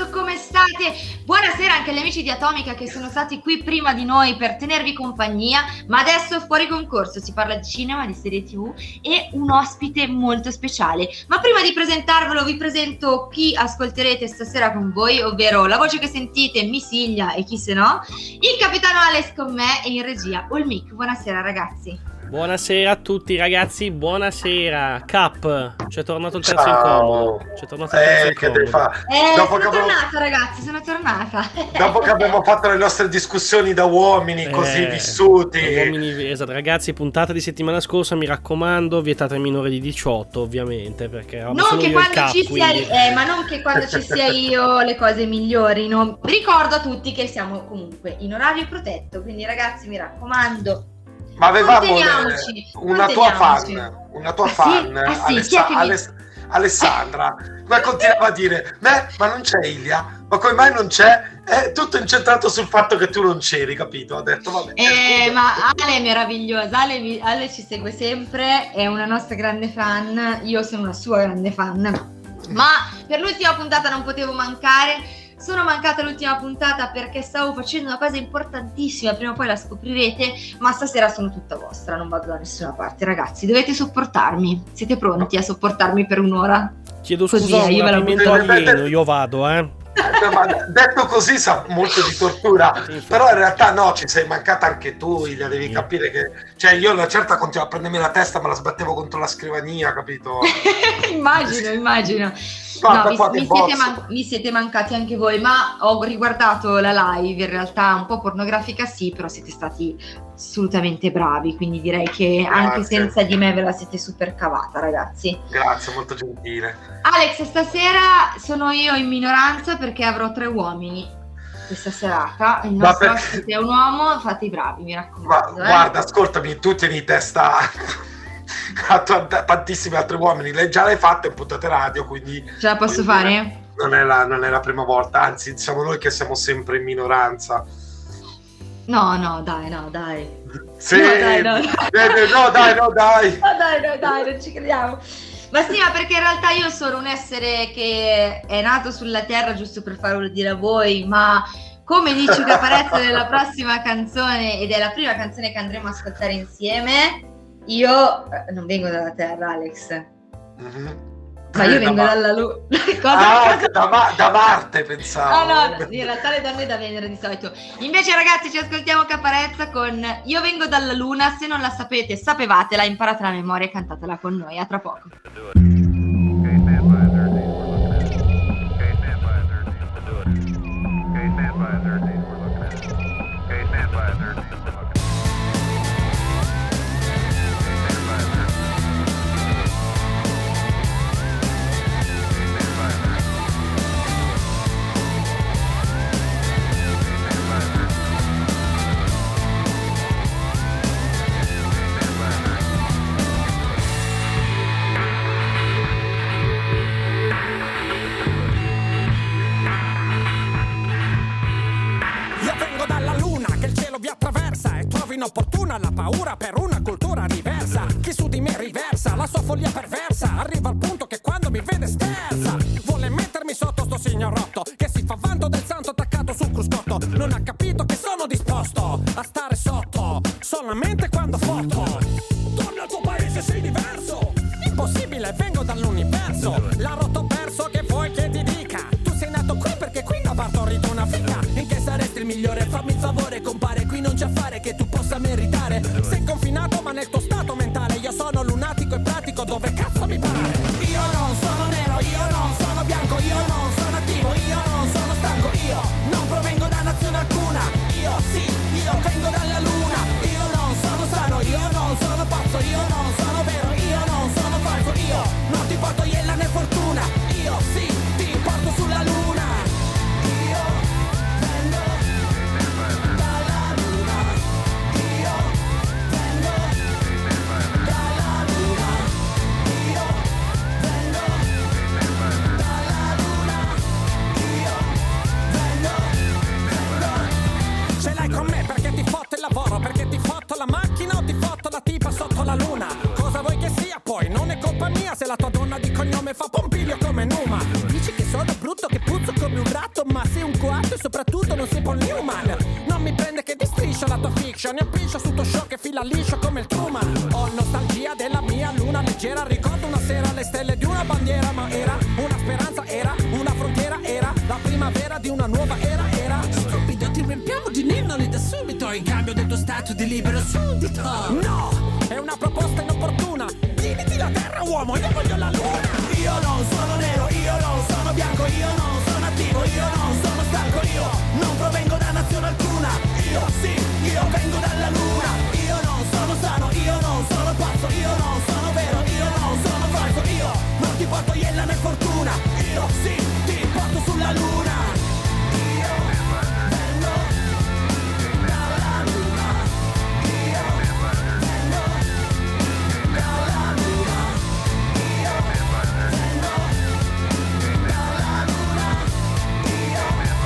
buongiorno, come state? Buonasera anche agli amici di Atomica che sono stati qui prima di noi per tenervi compagnia, ma adesso è fuori concorso, si parla di cinema, di serie TV e un ospite molto speciale. Ma prima di presentarvelo vi presento chi ascolterete stasera con voi, ovvero la voce che sentite, Misiglia e chi se no, il capitano Alex con me e in regia Olmic. Buonasera ragazzi. Buonasera a tutti ragazzi, buonasera. Cap, c'è tornato il terzo incomodo. C'è tornato il terzo incomodo. Sono tornata ragazzi, sono tornata. Dopo che abbiamo fatto le nostre discussioni da uomini così vissuti. Esatto, ragazzi, puntata di settimana scorsa, mi raccomando, vietate ai minori di 18 ovviamente, perché non che quando Cap, ci sia ma non che quando ci sia io le cose migliori, no? Ricordo a tutti che siamo comunque in orario protetto, quindi ragazzi mi raccomando. Ma avevamo una tua fan, Alessandra, ma continuava a dire, ma non c'è Ilia? Ma come mai non c'è? È tutto incentrato sul fatto che tu non c'eri, capito? Ho detto, vabbè. Ma Ale è meravigliosa, Ale ci segue sempre, è una nostra grande fan, io sono una sua grande fan. Ma per l'ultima puntata non potevo mancare. Sono mancata l'ultima puntata perché stavo facendo una cosa importantissima, prima o poi la scoprirete, ma stasera sono tutta vostra, non vado da nessuna parte. Ragazzi, dovete sopportarmi. Siete pronti a sopportarmi per un'ora? Chiedo scusa, un rapimento alieno, io vado, Ma detto così sa molto di tortura, però in realtà no, ci sei mancata anche tu, Ilia, devi capire che, cioè io una certa continuavo a prendermi la testa, me la sbattevo contro la scrivania, capito? immagino. No, mi siete mancati anche voi, ma ho riguardato la live, in realtà un po' pornografica sì, però siete stati assolutamente bravi, quindi direi che anche senza di me ve la siete super cavata, ragazzi. Grazie, molto gentile. Alex, stasera sono io in minoranza perché avrò 3 uomini questa serata, il nostro ospite è un uomo, fate i bravi, mi raccomando. Guarda, ascoltami, tu tieni testa a tantissimi altri uomini, lei già l'hai fatta in puntate radio, quindi ce la posso fare? Non è la prima volta, anzi siamo noi che siamo sempre in minoranza. No, dai. Sì, no, dai, non ci crediamo. Ma sì, ma perché in realtà io sono un essere che è nato sulla terra, giusto per farlo dire a voi, ma come dice Caparezza nella prossima canzone, ed è la prima canzone che andremo a ascoltare insieme, io non vengo dalla terra, Alex. Mm-hmm. Ma io vengo dalla luna. Da Marte pensavo. No, in realtà le donne da Venere di solito. Invece ragazzi ci ascoltiamo Caparezza con Io vengo dalla luna, se non la sapete sapevatela, imparatela a memoria e cantatela con noi, a tra poco. Inopportuna la paura per una cultura diversa. Chi su di me riversa la sua follia perversa. Arriva al punto che quando mi vede sterza. Vuole mettermi sotto sto signorotto che si fa vanto del santo attaccato sul cruscotto. Non ha capito che sono disposto a stare sotto solamente quando foto. Torna al tuo paese, sei diverso. Impossibile, vengo dall'universo. La rotto perso, che vuoi che ti dica? Tu sei nato qui perché qui ha partorito una figa. In che saresti il migliore? Fammi il favore, compare, qui non c'è affare che tu possa meritare. Sei confinato ma nel tuo stato mentale. Io sono lunatico e pratico dove cazzo mi pare. Io non sono nero, io non sono bianco, io non sono attivo, io non sono stanco, io non provengo da nazione alcuna. Io sì, io vengo dalla luna. Io non sono sano, io non sono pazzo, io non sono vero, io non sono falso. Io non ti porto iella né fortuna. Io sì, ti porto sulla luna. Io vengo dalla luna. Io vengo dalla luna. Io vengo dalla luna. Io vengo. Ce l'hai con me perché ti fotto il lavoro, perché ti fotto la macchina o ti fotto la tipa sotto la luna. Cosa vuoi che sia poi? Non è colpa mia se la tua donna di cognome fa Pompilio come Numa. Dici che sono brutto, che puzzo come un ratto, soprattutto non sei Paul Newman. Non mi prende che di striscio la tua fiction, ne appiccio su tuo show che fila liscio come il Truman. Ho nostalgia della mia luna leggera, ricordo una sera le stelle di una bandiera, ma era una speranza, era una frontiera, era la primavera di una nuova era. Stupido, ti riempiamo di ninnoli da subito in cambio del tuo stato di libero suddito. No, è una proposta inopportuna. Dividi la terra, uomo, io voglio la luna. Io non sono nero, io non sono bianco, io non sono attivo, io non sono stanco, io non provengo da nazione alcuna. Io sì, io vengo dalla luna. Io non sono sano, io non sono pazzo, io non sono vero, io non sono falso, io non ti porto iella né fortuna. Io sì, ti porto sulla luna. Io vengo dalla luna. Io vengo dalla luna. Io vengo dalla luna. Io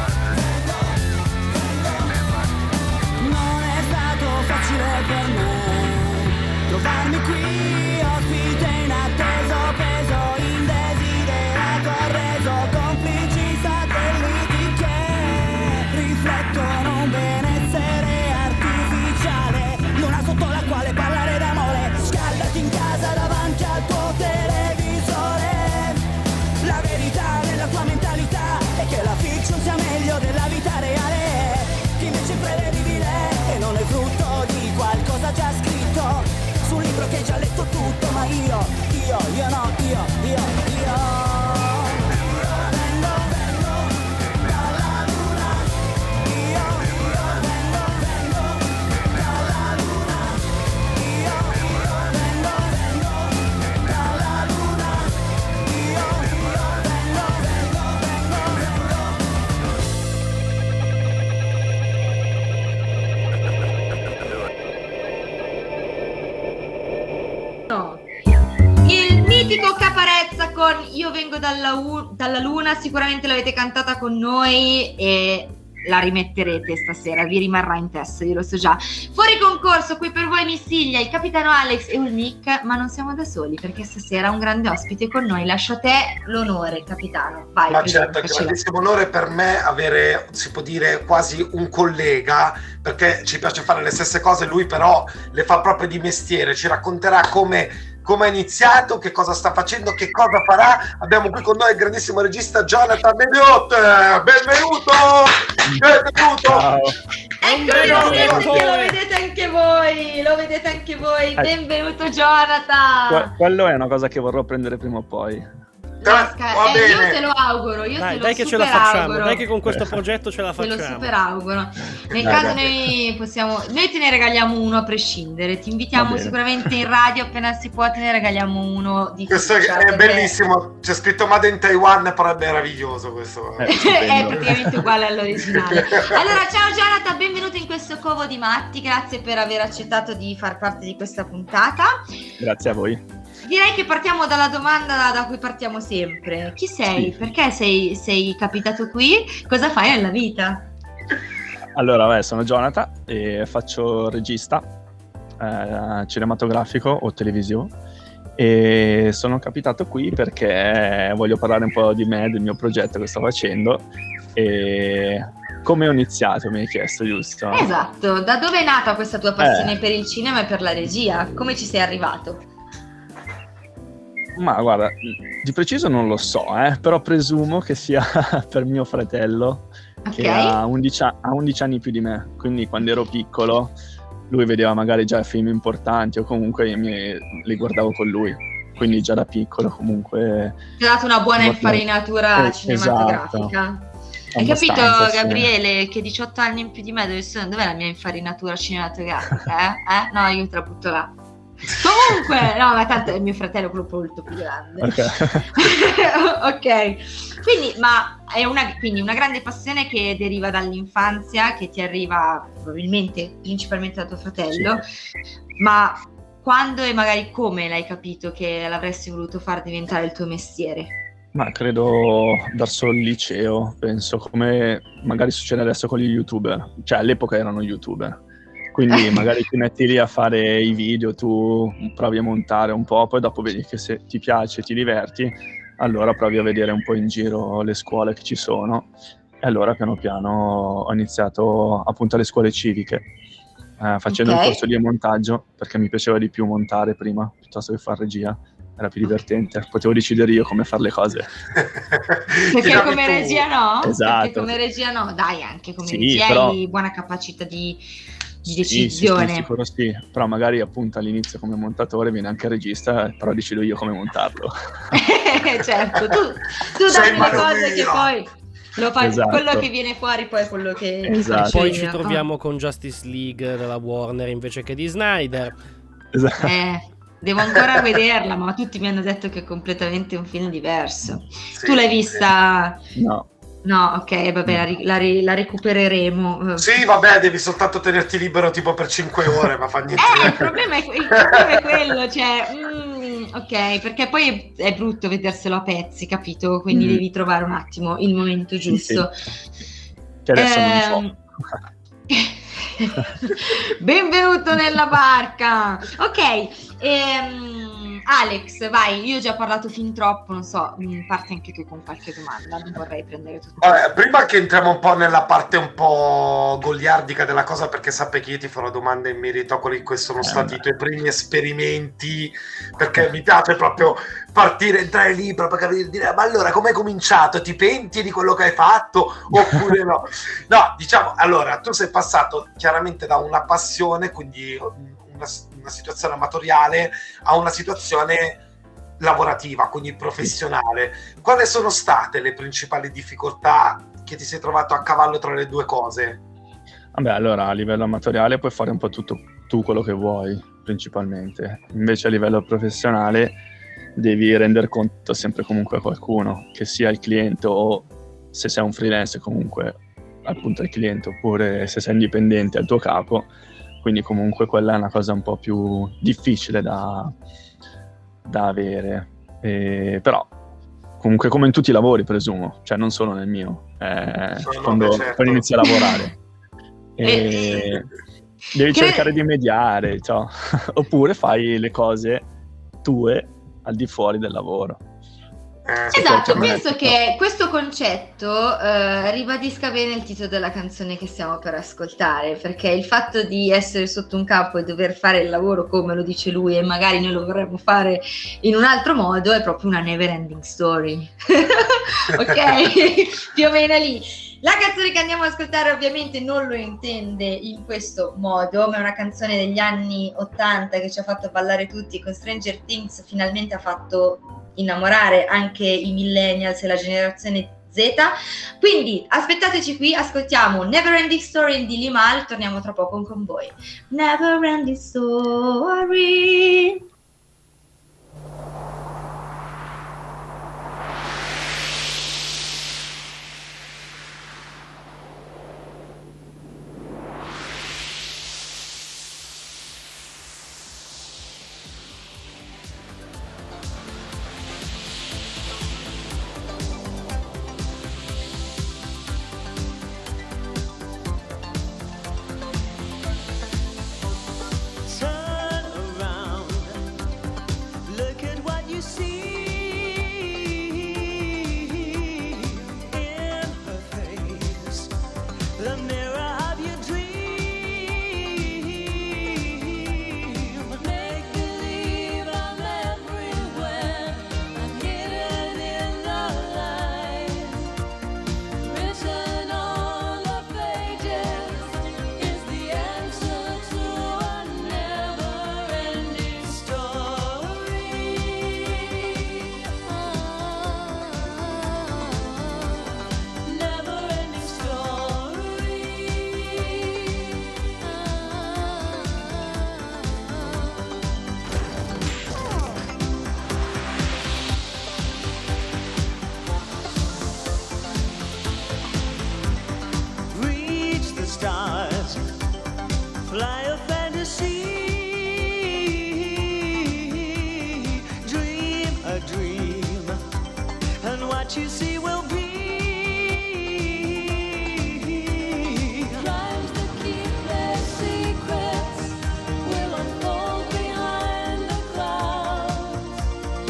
non è stato facile per me trovarmi qui, ospite inatteso, peso indesiderato, reso complici satelliti che riflettono un benessere artificiale, luna sotto la quale parlare d'amore, scaldati in casa davanti al tuo televisore. La verità della tua mentalità è che la fiction sia meglio della vita reale, che invece è prevedibile e non è frutto di qualcosa già scritto su un libro che hai già letto tutto, ma io no, io vengo dalla luna. Io vengo dalla luna. Io vengo dalla luna. Io No. Il mitico Caparezza con Io vengo dalla luna, sicuramente l'avete cantata con noi e la rimetterete stasera, vi rimarrà in testa, io lo so già. Fuori concorso, qui per voi Missiglia, il capitano Alex e Ulnick, ma non siamo da soli perché stasera un grande ospite con noi. Lascio a te l'onore, capitano. Vai. Ma certo, è un grandissimo onore per me avere, si può dire, quasi un collega, perché ci piace fare le stesse cose, lui però le fa proprio di mestiere, ci racconterà come ha iniziato, che cosa sta facendo, che cosa farà. Abbiamo qui con noi il grandissimo regista Jonathan Belliotte. Benvenuto! Ciao. Eccolo, lo vedete anche voi, benvenuto Jonathan. Quello è una cosa che vorrò prendere prima o poi. Va bene. Io te lo auguro, Dai che ce la facciamo, dai che con questo progetto ce la facciamo. Te lo super auguro. Nel caso noi te ne regaliamo uno a prescindere, ti invitiamo sicuramente in radio, appena si può te ne regaliamo uno di questo è bellissimo, c'è scritto Made in Taiwan, però è meraviglioso questo. È praticamente uguale all'originale. Allora ciao Jonathan, benvenuto in questo covo di matti, grazie per aver accettato di far parte di questa puntata. Grazie a voi. Direi che partiamo dalla domanda da cui partiamo sempre. Chi sei? Sì. Perché sei capitato qui? Cosa fai nella vita? Allora, sono Jonathan e faccio regista cinematografico o televisivo e sono capitato qui perché voglio parlare un po' di me, del mio progetto che sto facendo e come ho iniziato, mi hai chiesto, giusto? Esatto, da dove è nata questa tua passione per il cinema e per la regia? Come ci sei arrivato? Ma guarda, di preciso non lo so, però presumo che sia per mio fratello, che ha 11 anni più di me, quindi quando ero piccolo lui vedeva magari già film importanti o comunque io li guardavo con lui, quindi già da piccolo comunque... Ti ha dato una buona infarinatura cinematografica. Esatto. Hai capito, Gabriele, che 18 anni in più di me, dov'è la mia infarinatura cinematografica? No, io te la butto là. Comunque, no, ma tanto è mio fratello quello molto più grande. Ok. Quindi, ma è una grande passione che deriva dall'infanzia, che ti arriva probabilmente principalmente da tuo fratello, ma quando e magari come l'hai capito che l'avresti voluto far diventare il tuo mestiere? Ma credo verso il liceo, penso, come magari succede adesso con gli YouTuber, cioè all'epoca erano YouTuber. Quindi magari ti metti lì a fare i video, tu provi a montare un po', poi dopo vedi che se ti piace, ti diverti, allora provi a vedere un po' in giro le scuole che ci sono E allora piano piano ho iniziato appunto alle scuole civiche, facendo un corso di montaggio, perché mi piaceva di più montare prima piuttosto che fare regia, era più divertente, potevo decidere io come fare le cose. Perché come regia no? Esatto. Perché come regia no, dai, anche come Sì, regia però... hai buona capacità di decisione. Sì, sicuro sì, però magari appunto all'inizio come montatore viene anche il regista, però decido io come montarlo. Certo, tu dammi le cose che poi lo fai, esatto. Quello che viene fuori poi è quello che esatto. Poi ci troviamo con Justice League della Warner invece che di Snyder. Esatto. Devo ancora vederla, ma tutti mi hanno detto che è completamente un film diverso. Sì, tu l'hai vista? No. No, ok, vabbè, la recupereremo. Sì, vabbè, devi soltanto tenerti libero tipo per 5 ore, ma fa niente. Il problema è quello, cioè, ok, perché poi è brutto vederselo a pezzi, capito? Quindi devi trovare un attimo il momento giusto. Sì. Che adesso non so. Benvenuto nella barca. Ok, Alex, vai, io ho già parlato fin troppo, non so, parti anche tu con qualche domanda, non vorrei prendere tutto. Vabbè, prima che entriamo un po' nella parte un po' goliardica della cosa, perché sappia che io ti farò domande in merito a quelli che sono stati i tuoi primi esperimenti, perché mi piace proprio partire, entrare lì proprio per dire ma allora come hai cominciato? Ti penti di quello che hai fatto oppure no? No, diciamo, allora tu sei passato chiaramente da una passione, quindi una situazione amatoriale, a una situazione lavorativa, quindi professionale. Quali sono state le principali difficoltà che ti sei trovato a cavallo tra le due cose? Vabbè, allora a livello amatoriale puoi fare un po' tutto tu quello che vuoi, principalmente. Invece a livello professionale devi rendere conto sempre comunque a qualcuno, che sia il cliente o se sei un freelance comunque appunto il cliente, oppure se sei indipendente al tuo capo. Quindi comunque quella è una cosa un po' più difficile da avere, però comunque come in tutti i lavori presumo, cioè non solo nel mio, quando inizi a lavorare devi cercare di mediare, cioè, oppure fai le cose tue al di fuori del lavoro. Esatto, penso che questo concetto ribadisca bene il titolo della canzone che stiamo per ascoltare, perché il fatto di essere sotto un capo e dover fare il lavoro come lo dice lui e magari noi lo vorremmo fare in un altro modo è proprio una never ending story. Ok? Più o meno lì. La canzone che andiamo ad ascoltare ovviamente non lo intende in questo modo, ma è una canzone degli anni 80 che ci ha fatto ballare tutti, con Stranger Things finalmente ha fatto innamorare anche i millennials e la generazione Z. Quindi aspettateci qui, ascoltiamo Never Ending Story di Limahl, torniamo tra poco con voi. Never Ending Story.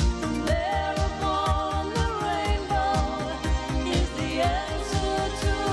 To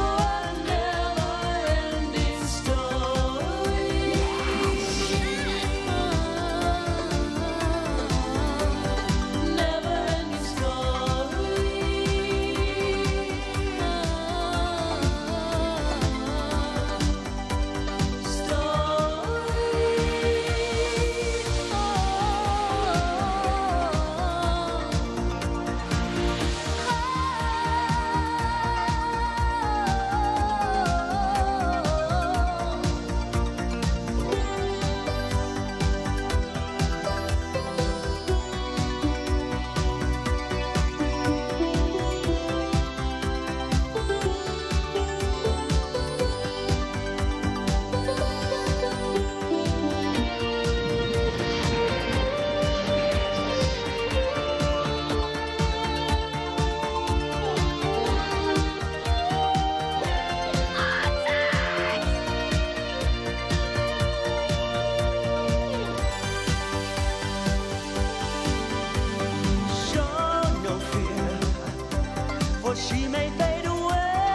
she may fade away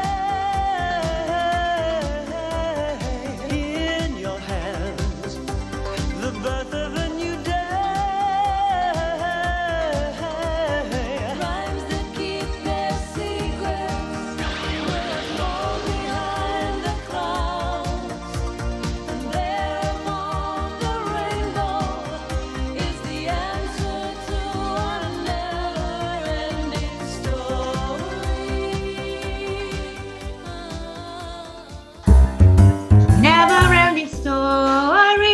in your hands. The birth of a new day. Rhymes that keep their secrets will fall behind the clouds. And there among the rainbow is the answer to a never-ending story. Never ending story.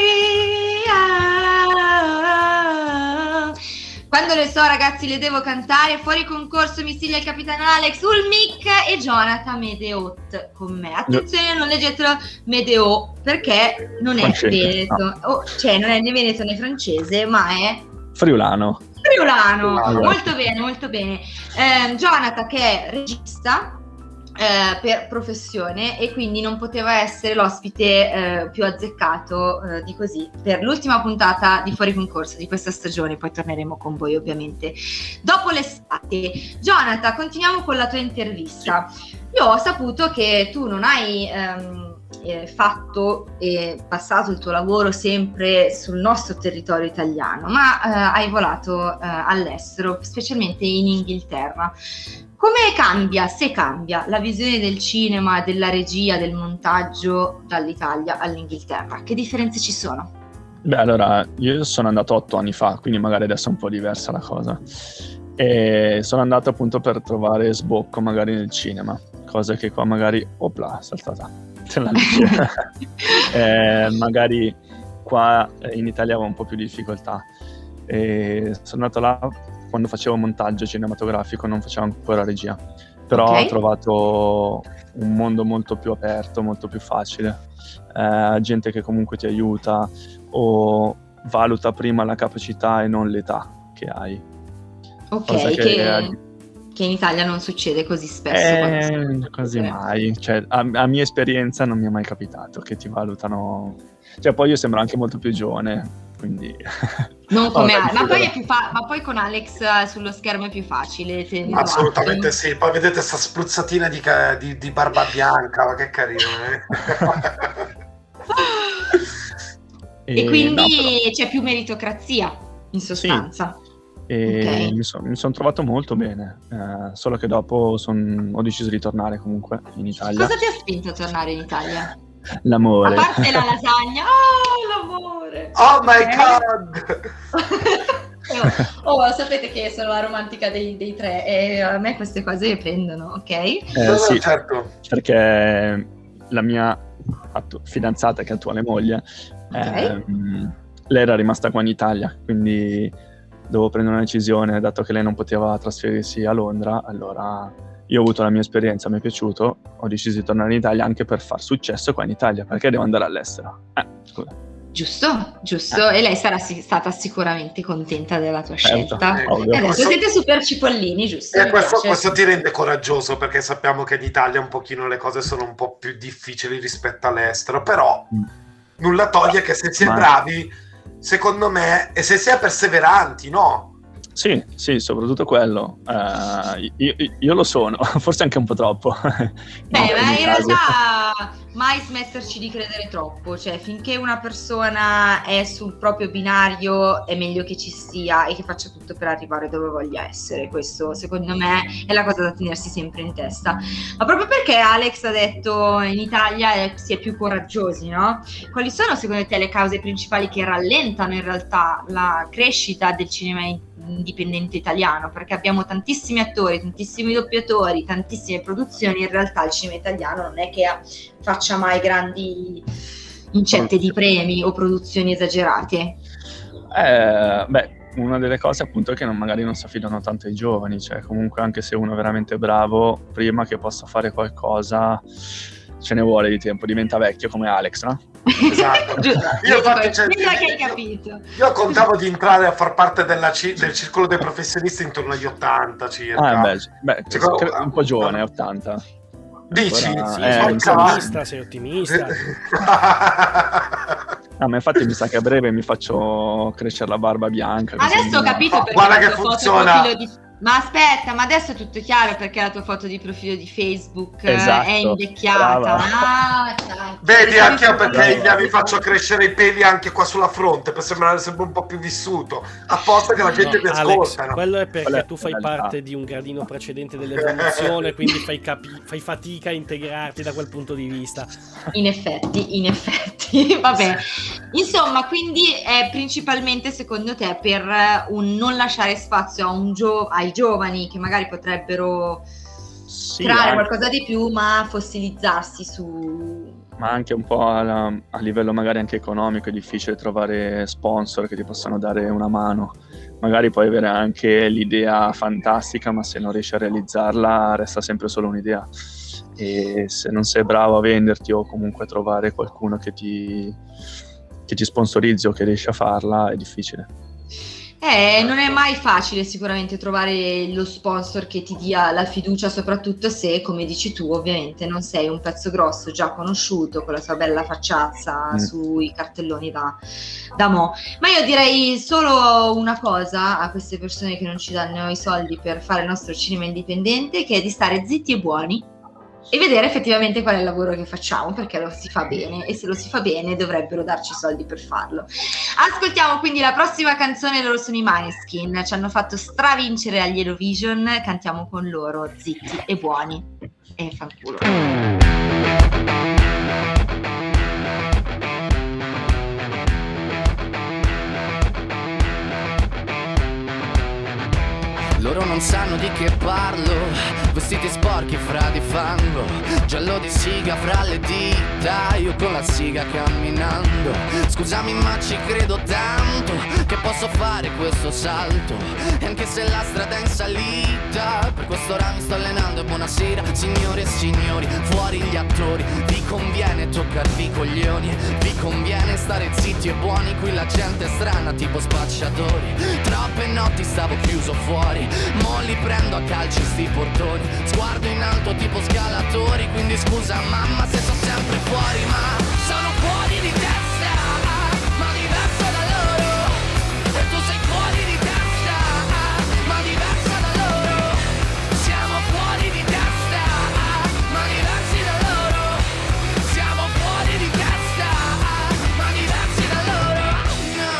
Quando le so, ragazzi, le devo cantare. Fuori concorso Missile il capitano Alex, Ulmic e Jonathan Medeot con me. Attenzione, non leggetelo Medeo, perché non è veneto, cioè non è né veneto né francese, ma è Friulano. Molto bene, molto bene. Jonathan, che è regista per professione, e quindi non poteva essere l'ospite più azzeccato di così per l'ultima puntata di Fuori Concorso di questa stagione. Poi torneremo con voi ovviamente dopo l'estate. Jonathan, continuiamo con la tua intervista. Io ho saputo che tu non hai fatto e passato il tuo lavoro sempre sul nostro territorio italiano, ma hai volato all'estero, specialmente in Inghilterra. Come cambia, se cambia, la visione del cinema, della regia, del montaggio dall'Italia all'Inghilterra? Che differenze ci sono? Beh, allora, io sono andato 8 anni fa, quindi magari adesso è un po' diversa la cosa. E sono andato appunto per trovare sbocco magari nel cinema, cosa che qua magari, opla, saltata, magari qua in Italia avevo un po' più di difficoltà. E sono andato là quando facevo montaggio cinematografico, non facevo ancora regia, però ho trovato un mondo molto più aperto, molto più facile, gente che comunque ti aiuta o valuta prima la capacità e non l'età che hai. Ok, che in Italia non succede così spesso. Quasi mai, cioè, a mia esperienza non mi è mai capitato che ti valutano, cioè poi io sembro anche molto più giovane, quindi non come ma poi è più ma poi con Alex sullo schermo è più facile. Assolutamente sì, poi vedete sta spruzzatina di barba bianca, ma che carino, e quindi c'è più meritocrazia in sostanza. Sì. E mi sono trovato molto bene, solo che dopo ho deciso di tornare comunque in Italia. Cosa ti ha spinto a tornare in Italia? L'amore. A parte la lasagna, l'amore. Oh my god. Sapete che sono la romantica dei tre e a me queste cose mi prendono, ok? Sì, certo. Perché la mia fidanzata, che è attuale moglie, lei era rimasta qua in Italia, quindi dovevo prendere una decisione, dato che lei non poteva trasferirsi a Londra. Allora io ho avuto la mia esperienza, mi è piaciuto, ho deciso di tornare in Italia anche per far successo qua in Italia, perché devo andare all'estero. Scusa. Giusto. E lei sarà stata sicuramente contenta della tua scelta. Ovvio. E adesso siete super cipollini, giusto? E questo ti rende coraggioso, perché sappiamo che in Italia un pochino le cose sono un po' più difficili rispetto all'estero, però nulla toglie che se si è bravi, secondo me, e se si è perseveranti, no? Sì, soprattutto quello. Io lo sono, forse anche un po' troppo. Ma in realtà mai smetterci di credere troppo, cioè finché una persona è sul proprio binario è meglio che ci sia e che faccia tutto per arrivare dove voglia essere. Questo secondo me è la cosa da tenersi sempre in testa. Ma proprio perché Alex ha detto in Italia si è più coraggiosi, no? Quali sono secondo te le cause principali che rallentano in realtà la crescita del cinema indipendente italiano? Perché abbiamo tantissimi attori, tantissimi doppiatori, tantissime produzioni, in realtà il cinema italiano non è che faccia mai grandi incette di premi o produzioni esagerate. Una delle cose appunto è che magari non si affidano tanto ai giovani, cioè comunque anche se uno è veramente bravo, prima che possa fare qualcosa ce ne vuole di tempo, diventa vecchio come Alex, no? Esatto. Io contavo di entrare a far parte del circolo dei professionisti intorno agli 80 circa. Un po' giovane, 80. Dici? Sei ottimista. Ma infatti mi sa che a breve mi faccio crescere la barba bianca. Adesso ho capito perché guarda che funziona. Ma aspetta, ma adesso è tutto chiaro perché la tua foto di profilo di Facebook Esatto, è invecchiata. brava. Vedi, anche io perché mi faccio crescere i peli anche qua sulla fronte per sembrare sempre un po' più vissuto, apposta che la gente mi Alex, ascolta, no? quello è perché Quella è tu fai la realtà. parte di un gradino precedente dell'evoluzione, quindi fai fatica a integrarti da quel punto di vista. In effetti, vabbè. Insomma, quindi è principalmente secondo te per un non lasciare spazio ai giovani che magari potrebbero Sì, creare anche- qualcosa di più, ma fossilizzarsi su... ma anche un po' a livello magari anche economico è difficile trovare sponsor che ti possano dare una mano. Magari puoi avere anche l'idea fantastica, ma se non riesci a realizzarla resta sempre solo un'idea. E se non sei bravo a venderti o comunque a trovare qualcuno che ti sponsorizzi o che riesci a farla, è difficile. Non è mai facile sicuramente trovare lo sponsor che ti dia la fiducia, soprattutto se, come dici tu, ovviamente non sei un pezzo grosso già conosciuto con la sua bella facciazza sui cartelloni da mo'. Ma io direi solo una cosa a queste persone che non ci danno i soldi per fare il nostro cinema indipendente, che è di stare zitti e buoni e vedere effettivamente qual è il lavoro che facciamo, perché lo si fa bene, e se lo si fa bene dovrebbero darci soldi per farlo. Ascoltiamo quindi la prossima canzone, loro sono i Maneskin, ci hanno fatto stravincere agli Eurovision, cantiamo con loro, zitti e buoni, e fanculo. Loro non sanno di che parlo, vestiti sporchi fra di fango, giallo di siga fra le dita, io con la siga camminando. Scusami ma ci credo tanto che posso fare questo salto, e anche se la strada è in salita, per questo ora mi sto allenando. E buonasera signore e signori, fuori gli attori, vi conviene toccarvi i coglioni, vi conviene stare zitti e buoni, qui la gente è strana tipo spacciatori. Troppe notti stavo chiuso fuori, mo li prendo a calci sti portoni, sguardo in alto tipo scalatori, quindi scusa mamma se sto sempre fuori, ma sono fuori di testa, ma diverso da loro, e tu sei fuori di testa, ma diversa da loro, siamo fuori di testa, ma diversi da loro, siamo fuori di testa, ma diversi da loro, no.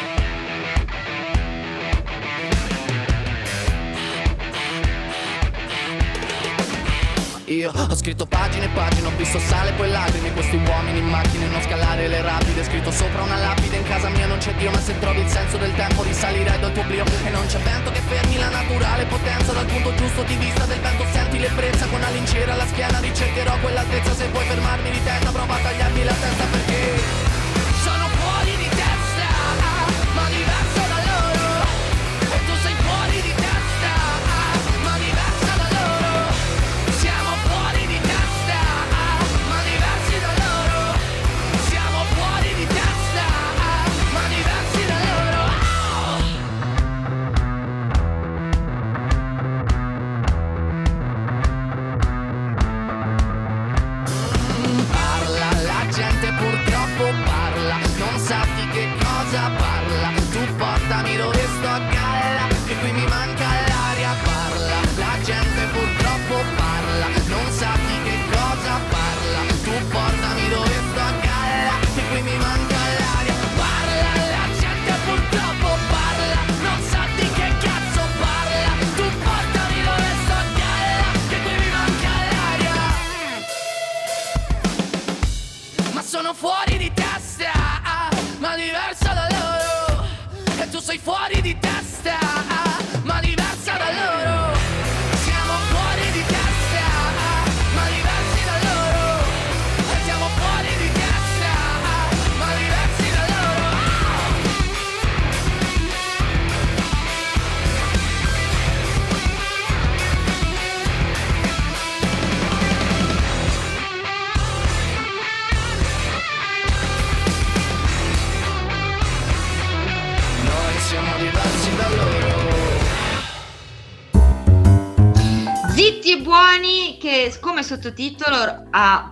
Io ho scritto pagine e pagine, ho visto sale poi lacrime, questi uomini in macchine, non scalare le rapide, scritto sopra una lapide, in casa mia non c'è Dio, ma se trovi il senso del tempo risalirai dal tuo oblio, e non c'è vento che fermi la naturale potenza, dal punto giusto di vista del vento senti l'ebbrezza, con una lincera alla schiena ricercherò quell'altezza, se vuoi fermarmi di testa prova a tagliarmi la testa, perché sono fuori di testa, ma diverso da loro, e tu sei fuori di testa, ma diversa da loro, siamo fuori di testa, ma diversi da loro, siamo fuori di testa, ma diversi da loro. Parla la gente purtroppo brutti e buoni che come sottotitolo ha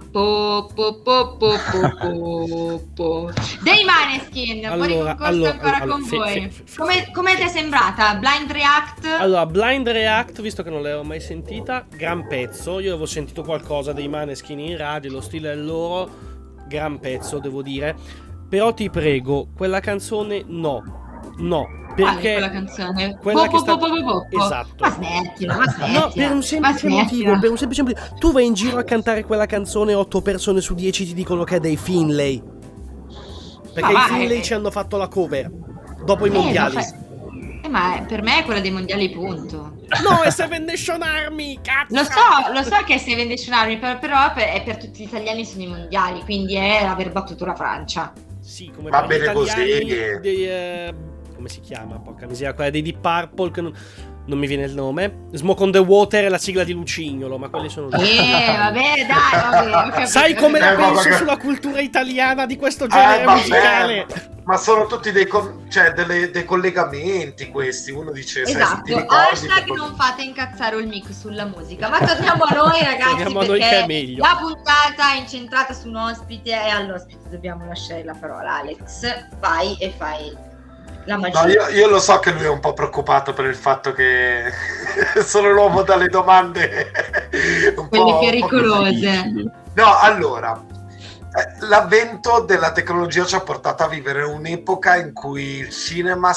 dei Maneskin. Fuori concorso ancora con voi. Come ti è sembrata? Blind React? Allora, Blind React, visto che non l'avevo mai sentita, gran pezzo. Io avevo sentito qualcosa dei Maneskin in radio, lo stile è loro, gran pezzo devo dire. Però ti prego, quella canzone no. Perché quella canzone? Quella che sta... Esatto. Ma smettila. No, per un semplice motivo. Tu vai in giro a cantare quella canzone, 8 persone su 10 ti dicono che è dei Finlay. Perché i Finlay ci hanno fatto la cover dopo i mondiali. Ma per me è quella dei mondiali, punto. No, è Seven Nation Army, cazzo! Lo so che è Seven Nation Army, però è per tutti gli italiani sono i mondiali, quindi è aver battuto la Francia. Sì, come va per bene gli italiani così. Come si chiama? Porca miseria, quella dei Deep Purple che non mi viene il nome. Smoke on the Water è la sigla di Lucignolo, ma quelli sono vabbè, dai. Sai come la penso sulla cultura italiana di questo genere musicale? Ma sono tutti dei collegamenti questi. Uno dice esatto, hashtag non fate incazzare il mic sulla musica. Ma torniamo a noi, ragazzi, perché la puntata è incentrata su un ospite e all'ospite dobbiamo lasciare la parola. Alex, vai e fai la magia. No, io lo so che lui è un po' preoccupato per il fatto che sono l'uomo dalle domande quelle pericolose. No, allora, l'avvento della tecnologia ci ha portato a vivere un'epoca in cui il cinema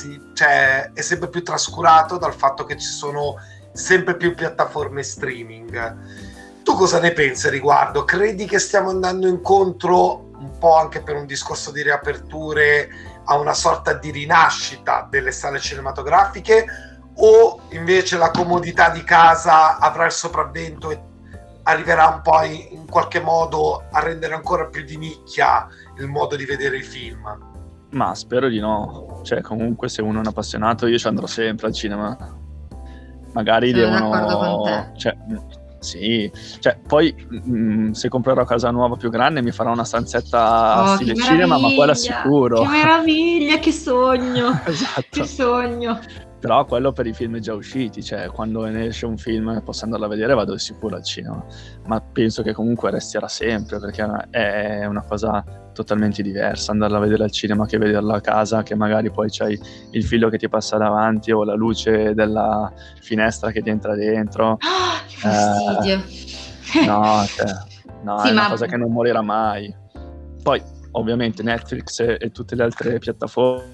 è sempre più trascurato dal fatto che ci sono sempre più piattaforme streaming. Tu cosa ne pensi riguardo? Credi che stiamo andando incontro, un po' anche per un discorso di riaperture, a una sorta di rinascita delle sale cinematografiche, o invece la comodità di casa avrà il sopravvento e arriverà un po' in qualche modo a rendere ancora più di nicchia il modo di vedere i film? Ma spero di no. Cioè, comunque, se uno è un appassionato, io ci andrò sempre al cinema. Magari sono devono... d'accordo con te. Cioè, sì, cioè poi se comprerò casa nuova più grande mi farò una stanzetta stile cinema, ma quella sicuro. Che meraviglia, che sogno. Esatto. Che sogno. Però quello per i film già usciti, cioè quando ne esce un film e posso andarlo a vedere vado sicuro al cinema, ma penso che comunque resterà sempre, perché è una cosa totalmente diversa andarla a vedere al cinema che vederla a casa, che magari poi c'hai il filo che ti passa davanti o la luce della finestra che ti entra dentro. Che fastidio. No, sì, è una ma... cosa che non morirà mai. Poi ovviamente Netflix e tutte le altre piattaforme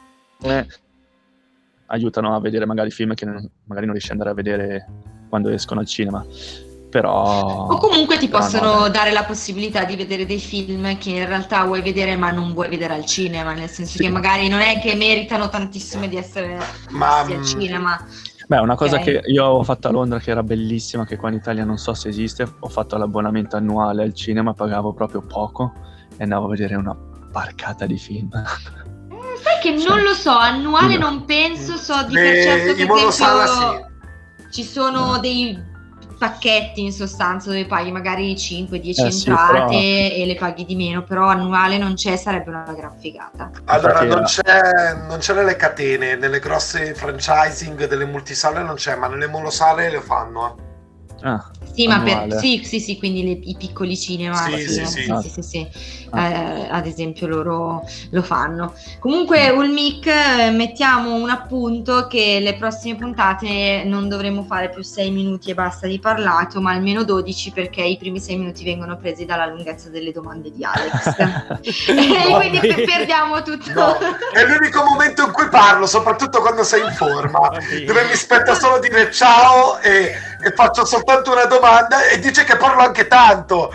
aiutano a vedere magari film che magari non riesci ad andare a vedere quando escono al cinema, però o comunque ti possono dare la possibilità di vedere dei film che in realtà vuoi vedere ma non vuoi vedere al cinema, nel senso che magari non è che meritano tantissimo di essere visti al cinema. Beh, una cosa che io ho fatto a Londra che era bellissima, che qua in Italia non so se esiste, ho fatto l'abbonamento annuale al cinema, pagavo proprio poco e andavo a vedere una barcata di film. Sai che non lo so, annuale non penso, so di per certo che esempio ci sono dei pacchetti in sostanza dove paghi magari 5-10 entrate e le paghi di meno, però annuale non c'è, sarebbe una gran figata. Allora non c'è nelle catene, nelle grosse franchising delle multisale non c'è, ma nelle monosale le fanno. Sì, ma sì, quindi i piccoli cinema sì. Ad esempio loro lo fanno. Comunque Ulmic, mettiamo un appunto che le prossime puntate non dovremo fare più 6 minuti e basta di parlato, ma almeno 12, perché i primi 6 minuti vengono presi dalla lunghezza delle domande di Alex. Quindi perdiamo tutto. No, è l'unico momento in cui parlo, soprattutto quando sei in forma, dove mi spetta solo dire ciao e faccio soltanto una domanda e dice che parlo anche tanto.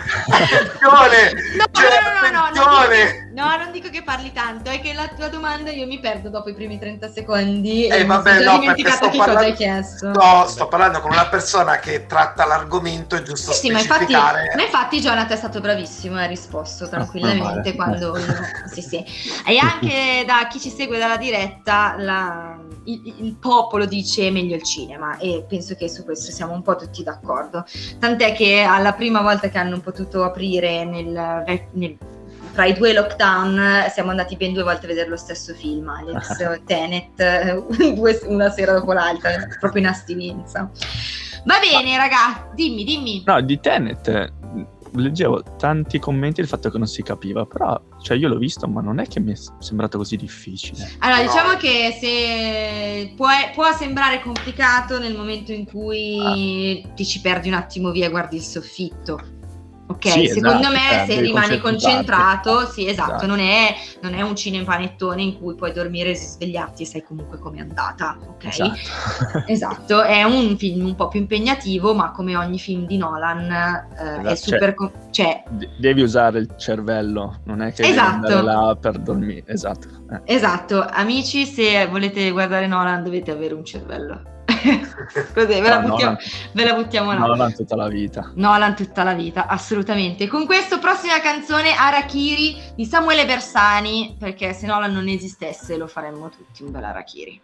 No, non dico che parli tanto, è che la tua domanda io mi perdo dopo i primi 30 secondi e vabbè, ho dimenticato che cosa hai chiesto. No, sto parlando con una persona che tratta l'argomento, è giusto specificare. Ma infatti Jonathan è stato bravissimo e ha risposto tranquillamente quando io... Sì. E anche da chi ci segue dalla diretta il popolo dice meglio il cinema, e penso che su questo siamo un po' tutti d'accordo, tant'è che alla prima volta che hanno potuto aprire tra i 2 lockdown siamo andati ben 2 volte a vedere lo stesso film, Alex, Tenet, una sera dopo l'altra, proprio in astinenza. Va bene, ragazzi, dimmi. No, di Tenet leggevo tanti commenti del fatto che non si capiva, però cioè io l'ho visto, ma non è che mi è sembrato così difficile. Allora, diciamo che se può sembrare complicato nel momento in cui ti ci perdi un attimo via e guardi il soffitto. Ok, Sì, secondo esatto, me se devi rimani concentrato, concentrarti. sì, esatto, Esatto. non è un cinepanettone in cui puoi dormire e svegliarti e sai comunque com'è andata, ok? Esatto, è un film un po' più impegnativo, ma come ogni film di Nolan è super... Devi usare il cervello, non è che devi andare là per dormire, esatto. Esatto, amici, se volete guardare Nolan dovete avere un cervello. Così ve la buttiamo là. Nolan tutta la vita. Nolan tutta la vita, assolutamente. Con questo, prossima canzone, Harakiri di Samuele Bersani, perché se Nolan non esistesse lo faremmo tutti un bel Harakiri.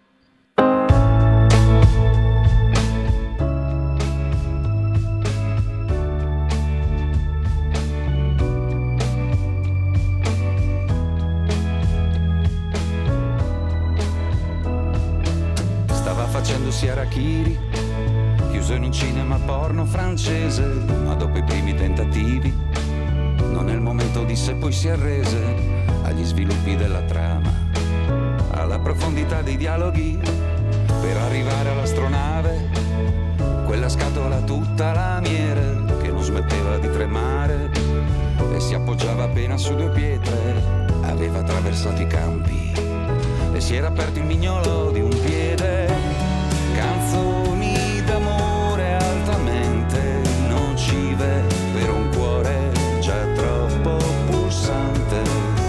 Facendosi harakiri, chiuso in un cinema porno francese, ma dopo i primi tentativi non è il momento, disse, poi si arrese agli sviluppi della trama, alla profondità dei dialoghi, per arrivare all'astronave, quella scatola tutta lamiere che non smetteva di tremare e si appoggiava appena su due pietre, aveva attraversato i campi e si era aperto il mignolo di un piede. Canzoni d'amore altamente nocive per un cuore già troppo pulsante,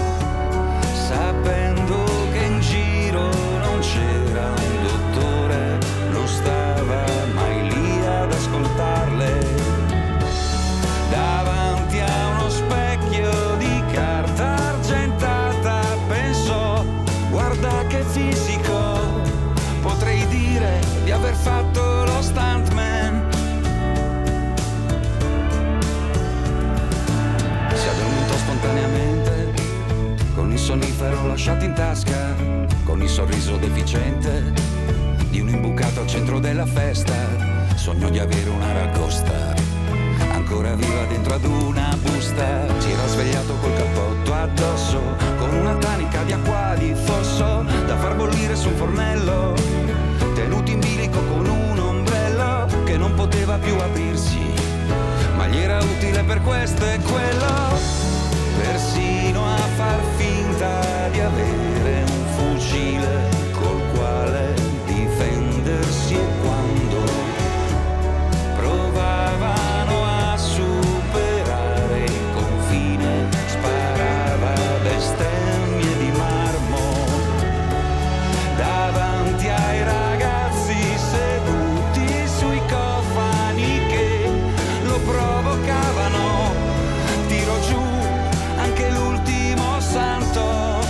sapendo che in giro non c'era un dottore, non stava mai lì ad ascoltarle. Davanti a uno specchio di carta argentata pensò, guarda che fisico, potrei dire di aver fatto lo stuntman. Si addormentò spontaneamente, con il sonnifero lasciato in tasca, con il sorriso deficiente di un imbucato al centro della festa. Sognò di avere una ragosta ancora viva dentro ad una busta. Si era svegliato col cappotto addosso, con una tanica di acqua di fosso da far bollire su un fornello, tenuto in bilico con un ombrello che non poteva più aprirsi, ma gli era utile per questo e quello, persino a far finta di avere un fucile col quale difendersi, e quando provavano a superare il confine sparava bestemmie di marmo davanti ai ragazzi seduti sui cofani che lo provocavano. Tirò giù anche l'ultimo santo.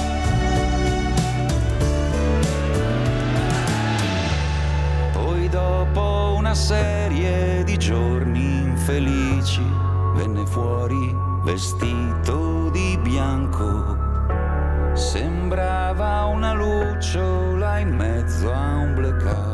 Poi dopo una serie di giorni infelici venne fuori vestito di bianco. Sembrava una lucciola in mezzo a un blackout.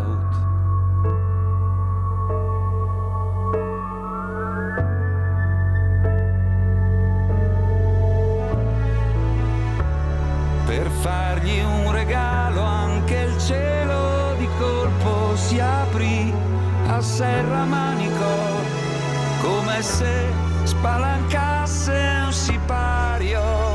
Per fargli un regalo anche il cielo di colpo si aprì a serramanico, come se spalancasse un sipario.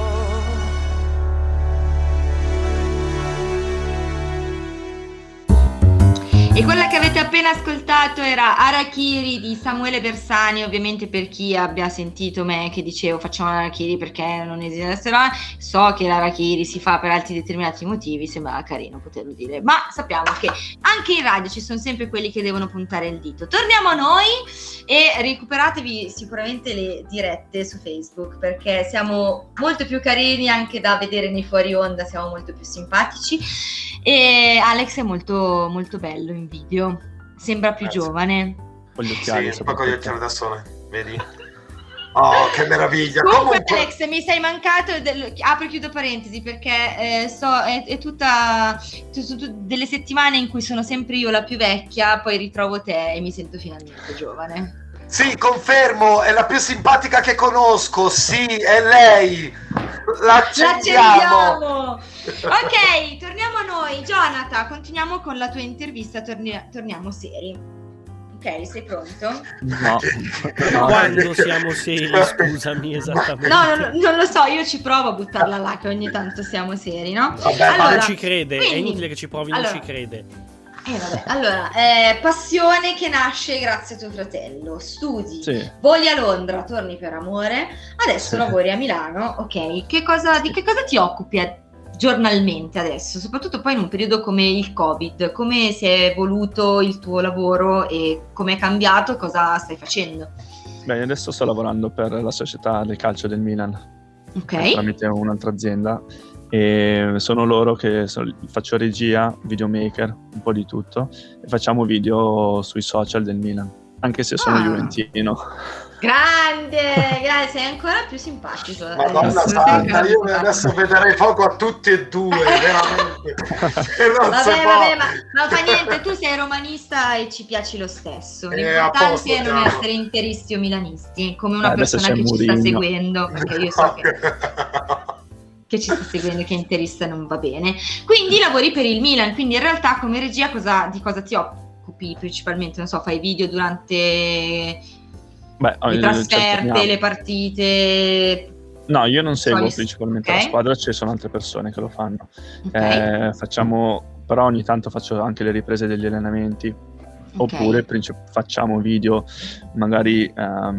E quella che avete appena ascoltato era Harakiri di Samuele Bersani. Ovviamente, per chi abbia sentito me che dicevo facciamo l'Harakiri perché non esiste, so che l'Harakiri si fa per altri determinati motivi, sembra carino poterlo dire, ma sappiamo che anche in radio ci sono sempre quelli che devono puntare il dito. Torniamo a noi e recuperatevi sicuramente le dirette su Facebook, perché siamo molto più carini anche da vedere nei fuori onda, siamo molto più simpatici e Alex è molto molto bello in video, sembra più giovane. Con gli occhiali, sì, un po' con gli occhiali da sole, vedi? Oh, che meraviglia. Comunque Alex, mi sei mancato, apro e chiudo parentesi, perché è tutta delle settimane in cui sono sempre io la più vecchia, poi ritrovo te e mi sento finalmente giovane. Sì, confermo, è la più simpatica che conosco, sì, è lei. L'accendiamo. Ok, torniamo a noi. Jonathan, continuiamo con la tua intervista, torniamo seri. Ok, sei pronto? No. Quando siamo seri, scusami, esattamente. No, non lo so, io ci provo a buttarla là, che ogni tanto siamo seri, no? Vabbè, Allora, allora, non ci crede, quindi, è inutile che ci provi, non ci crede. Vabbè. Allora, passione che nasce grazie a tuo fratello, studi, Sì. voli a Londra, torni per amore, adesso lavori a Milano, ok? Di che cosa ti occupi giornalmente adesso, soprattutto poi in un periodo come il Covid? Come si è evoluto il tuo lavoro e come è cambiato? Cosa stai facendo? Beh, adesso sto lavorando per la società del calcio del Milan, Ok. tramite un'altra azienda, e sono loro che faccio regia, videomaker, un po' di tutto, e facciamo video sui social del Milan, anche se sono juventino. Grande, sei ancora più simpatico. Madonna santa, io adesso vedrei fuoco a tutti e due, veramente. Vabbè, ma fa niente, tu sei romanista e ci piaci lo stesso. L'importante è non essere interisti o milanisti, come una persona che ci sta seguendo, perché io so che ci sta seguendo, che è interista non va bene. Quindi lavori per il Milan, quindi in realtà come regia di cosa ti occupi principalmente? Non so, fai video durante le trasferte, le partite? No, io non seguo principalmente la squadra, ci sono altre persone che lo fanno. Però ogni tanto faccio anche le riprese degli allenamenti, oppure facciamo video magari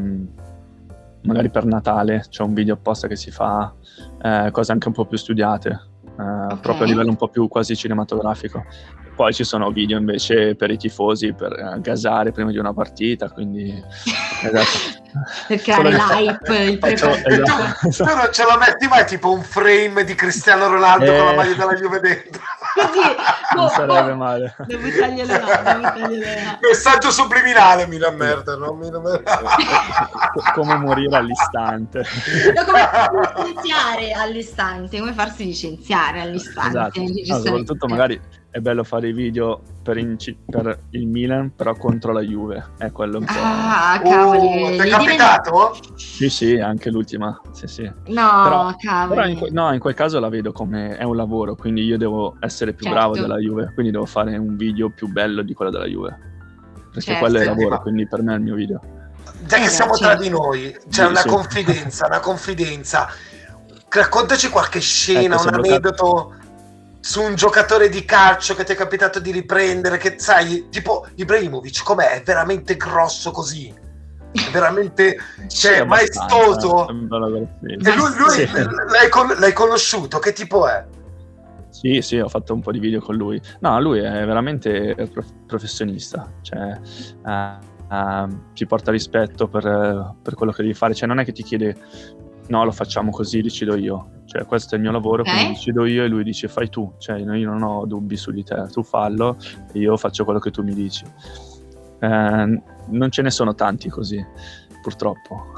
per Natale, c'è un video apposta che si fa, cose anche un po' più studiate, proprio a livello un po' più quasi cinematografico. Poi ci sono video invece per i tifosi, per gasare prima di una partita, quindi per creare l'hype, il Tu non ce la metti mai tipo un frame di Cristiano Ronaldo con la maglia della Juve dentro? Non sarebbe male. Devo tagliare là. Messaggio subliminale, mi merda, no? Come morire all'istante. Come licenziare all'istante, come farsi licenziare all'istante. Esatto. Soprattutto magari è bello fare i video per il Milan, però contro la Juve. È quello un po'. Ah, cavoli. Ti è capitato? Sì, anche l'ultima. Sì. No, cavoli. Però in quel caso la vedo come è un lavoro, quindi io devo essere più bravo della Juve, quindi devo fare un video più bello di quello della Juve. Perché quello è il lavoro, quindi per me è il mio video. Già che siamo tra di noi, c'è una confidenza. Raccontaci qualche scena, un aneddoto su un giocatore di calcio che ti è capitato di riprendere, che sai, tipo Ibrahimovic, com'è? È veramente grosso così, è veramente maestoso. E lui l'hai conosciuto, che tipo è? Sì, ho fatto un po' di video con lui. No, lui è veramente professionista, cioè ti porta rispetto per quello che devi fare, cioè non è che ti chiede no, lo facciamo così, decido io, cioè questo è il mio lavoro, quindi decido io, e lui dice fai tu, cioè io non ho dubbi su di te, tu fallo e io faccio quello che tu mi dici. Non ce ne sono tanti così, purtroppo.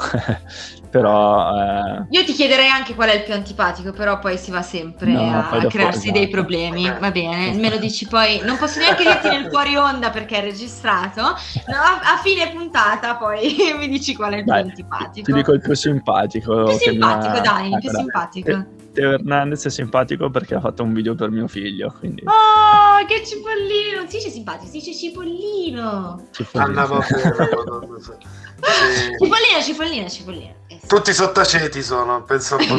Però io ti chiederei anche qual è il più antipatico, però poi si va sempre a crearsi dei problemi. Va bene, me lo dici poi, non posso neanche dirti nel fuori onda perché è registrato, no, a fine puntata poi mi dici qual è il più antipatico. Ti dico il più simpatico. Il più simpatico, dai, il più simpatico. Teo Hernandez è simpatico perché ha fatto un video per mio figlio, quindi. Oh, che cipollino! Non si dice simpatico, si dice cipollino. Cipollino. Tutti sottaceti sono, penso un po'.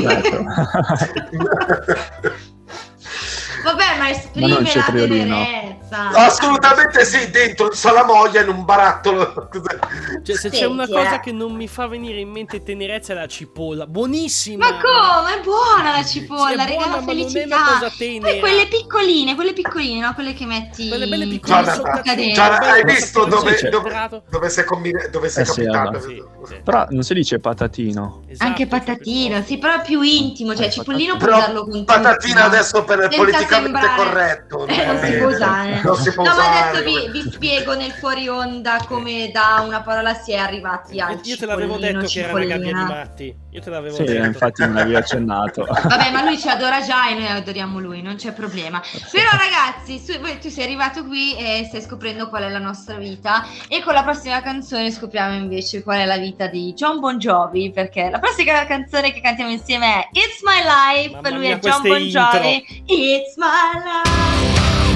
Vabbè, ma esprime la tenerezza. Assolutamente sì, dentro il salamoia in un barattolo. Cioè, se c'è una cosa che non mi fa venire in mente tenerezza è la cipolla. Buonissima! Ma come? È buona la cipolla, sì, regala buona, felicità. Ma non è una cosa tenera. Poi quelle piccoline, no? Quelle che metti. Quelle belle piccoline hai visto dove sei capitato? Sì. Però non si dice patatino. Esatto, anche patatino, sì, però più intimo, cioè cipollino puoi darlo con patatina adesso per politicamente corretto. Non si può usare, bene. Non si può No, ma usare. adesso vi spiego nel fuori onda come da una parola si è arrivati al Io te l'avevo detto che era una gabbia di matti. Io te l'avevo Sì, detto. infatti me l'avevi accennato. Vabbè, ma lui ci adora già e noi adoriamo lui, non c'è problema. Però ragazzi, tu sei arrivato qui e stai scoprendo qual è la nostra vita, e con la prossima canzone scopriamo invece qual è la vita di Jon Bon Jovi, perché la prossima canzone che cantiamo insieme è It's My Life. Mamma Lui mia, è Jon queste Bon intro. Jovi. It's My Life.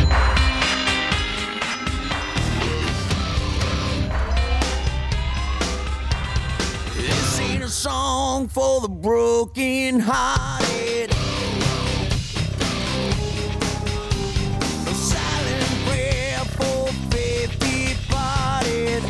This ain't a song for the broken hearted. A silent prayer for faith departed.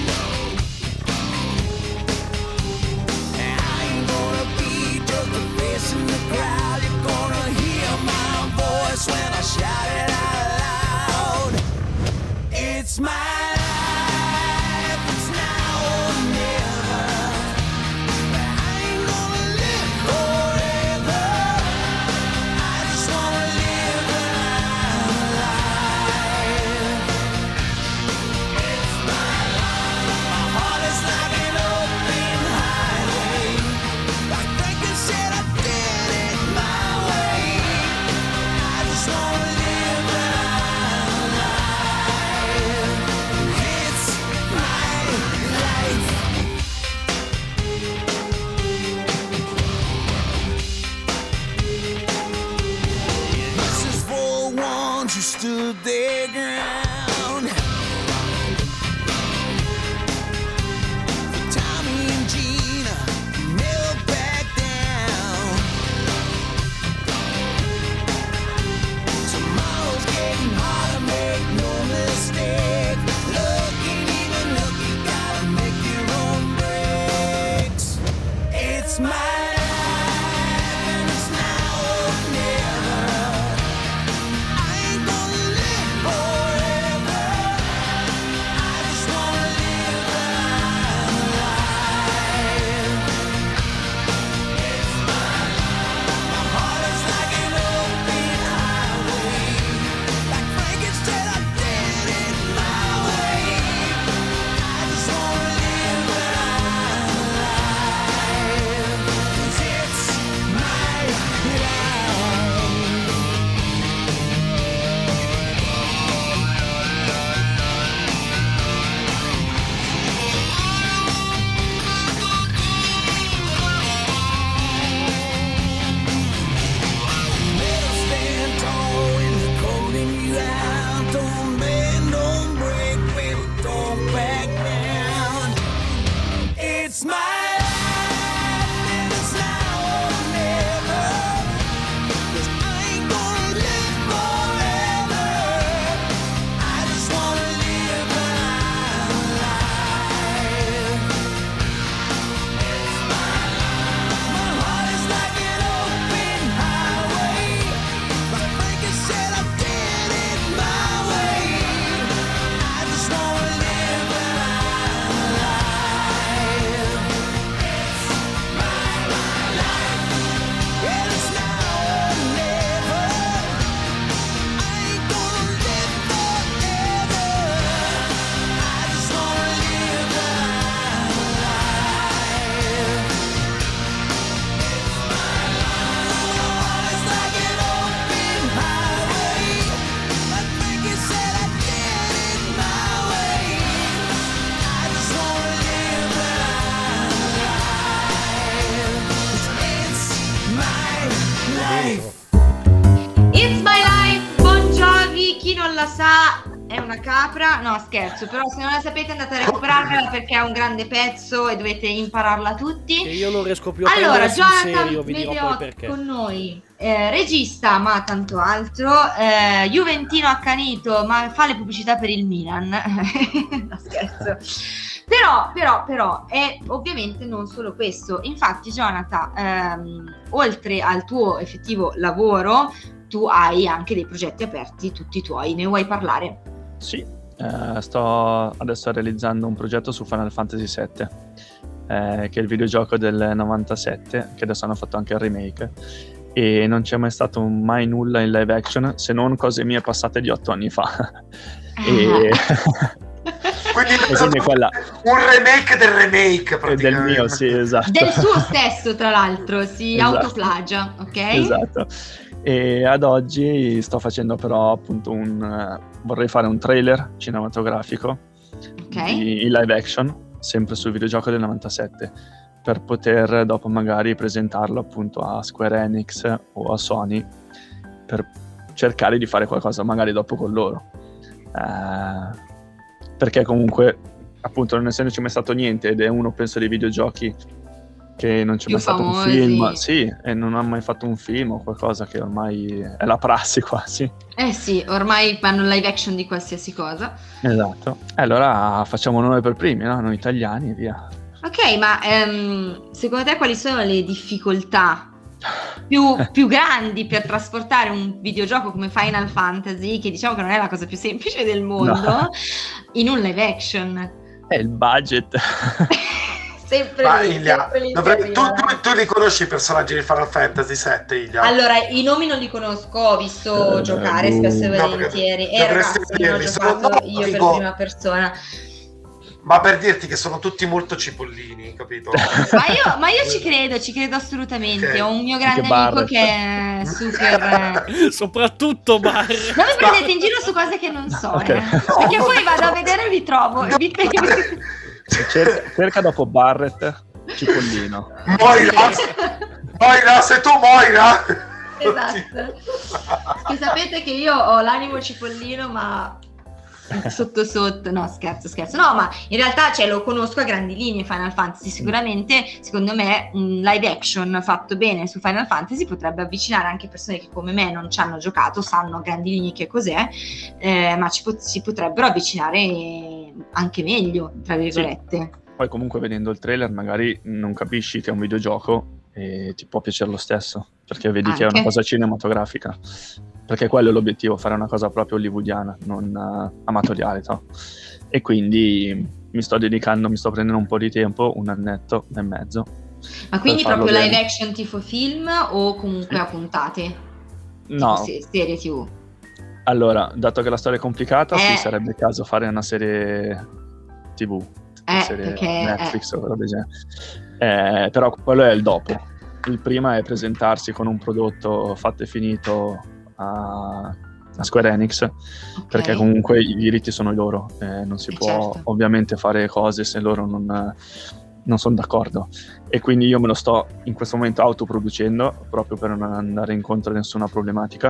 And I ain't gonna be just a face in the crowd. You're gonna hear my voice when I shout it out loud. It's my life, it's now or never. I ain't gonna live forever. I just wanna live my life. It's my life. My heart is like an open highway. Like Franklin said, I did it my way. I just wanna live my life. It's my life. This is for ones who stood their ground. For Tommy and Gina, who never back down. Tomorrow's getting harder, make no mistake. Looking even look, you gotta make your own breaks. It's my life and it's now or never. I ain't gonna live forever. I just wanna live my life. It's my life. My heart is like an open highway. Like Frankenstein, I did it my way. I just wanna live my life. 'Cause it's my life. Better stand tall when they're calling you out. Don't bend, don't break, baby, don't back down. It's my life and it's now or never. 'Cause I ain't gonna live forever. I just wanna live my life. It's my life. My heart is like an open highway. Like Frankie said, I did it my way. I just wanna live my life. It's my life. And it's now or never. I ain't gonna live forever. I just wanna live my life. It's like an open highway. Like Frankie said, I did it my way. I just wanna live my life. It's my life. It's My Life, Bon Jovi. Chi non la sa è una capra. No, scherzo, però se non la sapete andate a recuperarla perché è un grande pezzo e dovete impararla tutti. Che io non riesco più a Allora, prendere sul Jonathan serio, vi dirò poi Mediot perché. con noi, regista ma tanto altro, juventino accanito ma fa le pubblicità per il Milan. No, scherzo. Però è ovviamente non solo questo. Infatti Jonathan, oltre al tuo effettivo lavoro, tu hai anche dei progetti aperti tutti tuoi, ne vuoi parlare? Sì, sto adesso realizzando un progetto su Final Fantasy VII, che è il videogioco del 97, che adesso hanno fatto anche il remake. e non c'è mai stato mai nulla in live action, se non cose mie passate di 8 anni fa. E quindi quella... un remake del remake praticamente. Del mio, sì, esatto. Del suo stesso, tra l'altro, si Esatto. autoplagia, ok? Esatto. E ad oggi sto facendo però appunto vorrei fare un trailer cinematografico in live action, sempre sul videogioco del 97, per poter dopo magari presentarlo appunto a Square Enix o a Sony, per cercare di fare qualcosa magari dopo con loro. Perché comunque appunto non essendoci mai stato niente, ed è uno penso dei videogiochi che non c'è mai stato un film, sì, e non ha mai fatto un film o qualcosa, che ormai è la prassi quasi. Sì, ormai fanno live action di qualsiasi cosa. Esatto. E allora facciamo noi per primi, no? Noi italiani e via. Ok, ma secondo te quali sono le difficoltà più grandi per trasportare un videogioco come Final Fantasy, che diciamo che non è la cosa più semplice del mondo, in un live action? È il budget. Sempre lì. Tu li conosci i personaggi di Final Fantasy VII, Ilia? Allora, i nomi non li conosco, ho visto giocare spesso e volentieri. E ragazzi, ho giocato io per prima persona. Ma per dirti che sono tutti molto cipollini, capito? ma io ci credo assolutamente. Okay. Ho un mio grande amico che è super... Soprattutto Barret. Non mi prendete in giro su cose che non so, perché poi vado a vedere e vi trovo. Cerca dopo Barret Cipollino. Moira, sei tu Moira? Esatto. Che sapete che io ho l'animo cipollino, ma sotto no, scherzo, no, ma in realtà lo conosco a grandi linee Final Fantasy. Sicuramente secondo me un live action fatto bene su Final Fantasy potrebbe avvicinare anche persone che come me non ci hanno giocato, sanno a grandi linee che cos'è, ma si potrebbero avvicinare anche meglio, tra virgolette. Sì. Poi comunque vedendo il trailer magari non capisci che è un videogioco e ti può piacere lo stesso, perché vedi che è una cosa cinematografica, perché quello è l'obiettivo, fare una cosa proprio hollywoodiana, non amatoriale, no? E quindi mi sto prendendo un po' di tempo, un annetto e mezzo. Ma quindi proprio live action tipo film o comunque a puntate? No. Serie TV? Allora, dato che la storia è complicata, sì, sarebbe caso fare una serie TV, serie Netflix o roba del genere. Però quello è il dopo. Il prima è presentarsi con un prodotto fatto e finito a Square Enix, perché comunque i diritti sono loro, non si può ovviamente fare cose se loro non sono d'accordo, e quindi io me lo sto in questo momento autoproducendo proprio per non andare incontro a nessuna problematica,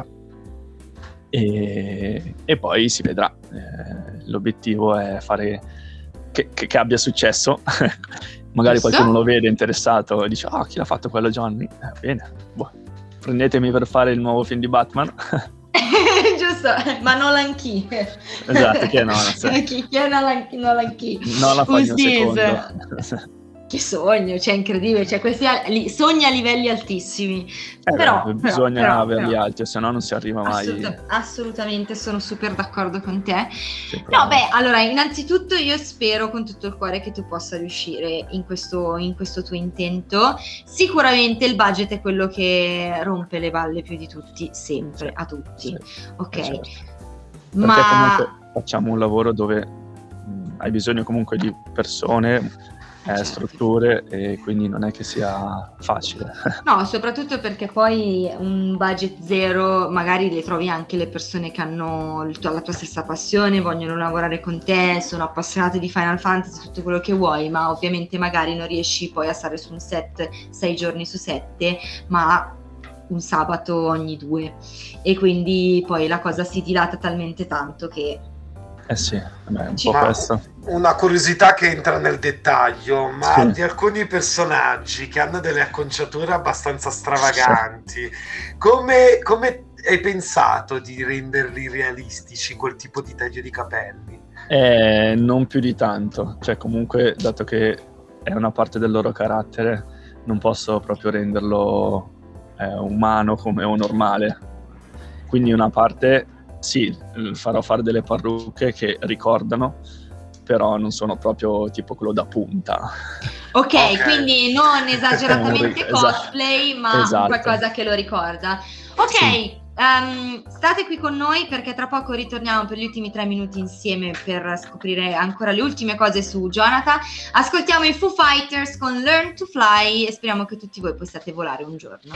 e poi si vedrà. L'obiettivo è fare che abbia successo. Magari qualcuno lo vede interessato e dice chi l'ha fatto quello, Johnny? Bene, prendetemi per fare il nuovo film di Batman. Giusto, ma Nolan chi? Esatto, chi è Nolan? Chi è Nolan chi? Non la fai in un secondo. Che sogno, incredibile, questi sogni a livelli altissimi. Però bisogna averli alti, se no non si arriva mai. Assolutamente, sono super d'accordo con te. No, allora, innanzitutto io spero con tutto il cuore che tu possa riuscire in questo tuo intento. Sicuramente il budget è quello che rompe le balle più di tutti, sempre, a tutti. Ok. Certo. Perché comunque facciamo un lavoro dove hai bisogno comunque di persone, strutture, e quindi non è che sia facile. No, soprattutto perché poi un budget zero magari le trovi anche le persone che hanno la tua stessa passione, vogliono lavorare con te, sono appassionate di Final Fantasy, tutto quello che vuoi, ma ovviamente magari non riesci poi a stare su un set 6 giorni su 7, ma un sabato ogni 2, e quindi poi la cosa si dilata talmente tanto che sì, un po' questo. Una curiosità che entra nel dettaglio, ma di alcuni personaggi che hanno delle acconciature abbastanza stravaganti, come hai pensato di renderli realistici, quel tipo di taglio di capelli? Non più di tanto, comunque dato che è una parte del loro carattere, non posso proprio renderlo umano come o normale, quindi una parte farò fare delle parrucche che ricordano, però non sono proprio tipo quello da punta. Ok, quindi non esageratamente Esatto. cosplay, ma Esatto. qualcosa che lo ricorda. Ok, Sì. state qui con noi perché tra poco ritorniamo per gli ultimi 3 minuti insieme per scoprire ancora le ultime cose su Jonathan. Ascoltiamo i Foo Fighters con Learn to Fly e speriamo che tutti voi possiate volare un giorno.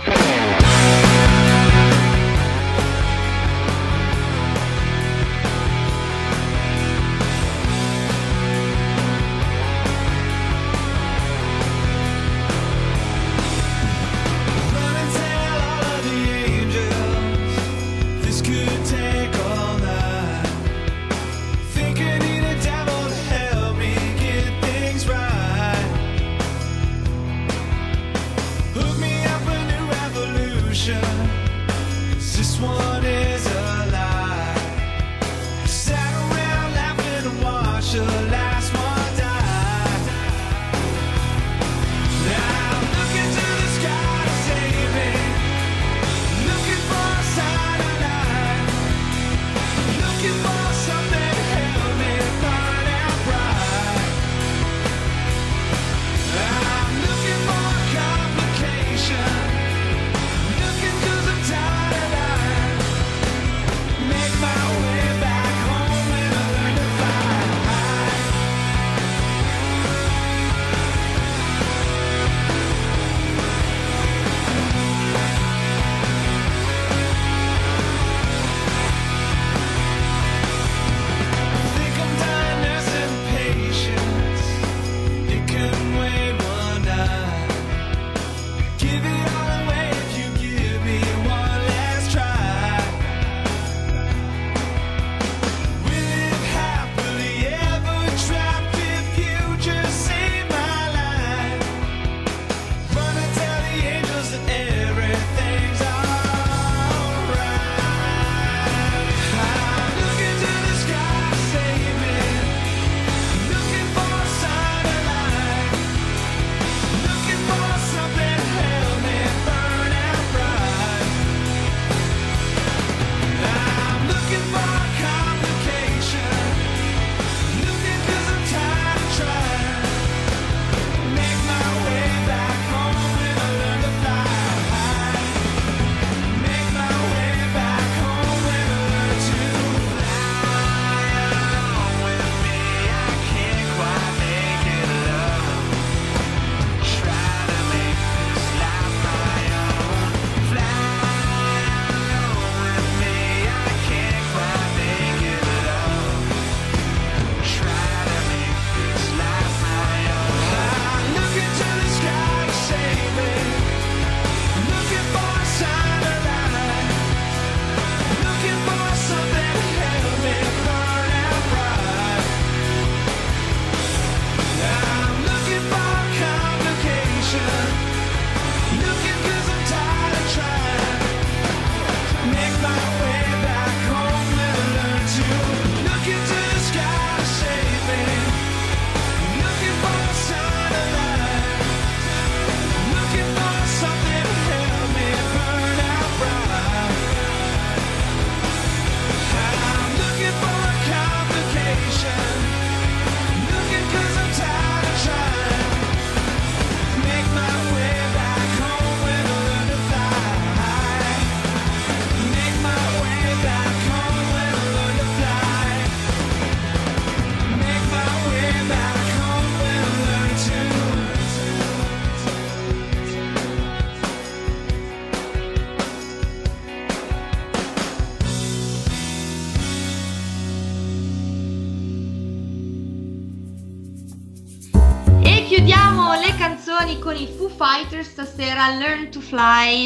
Chiudiamo le canzoni con i Foo Fighters stasera, Learn to Fly,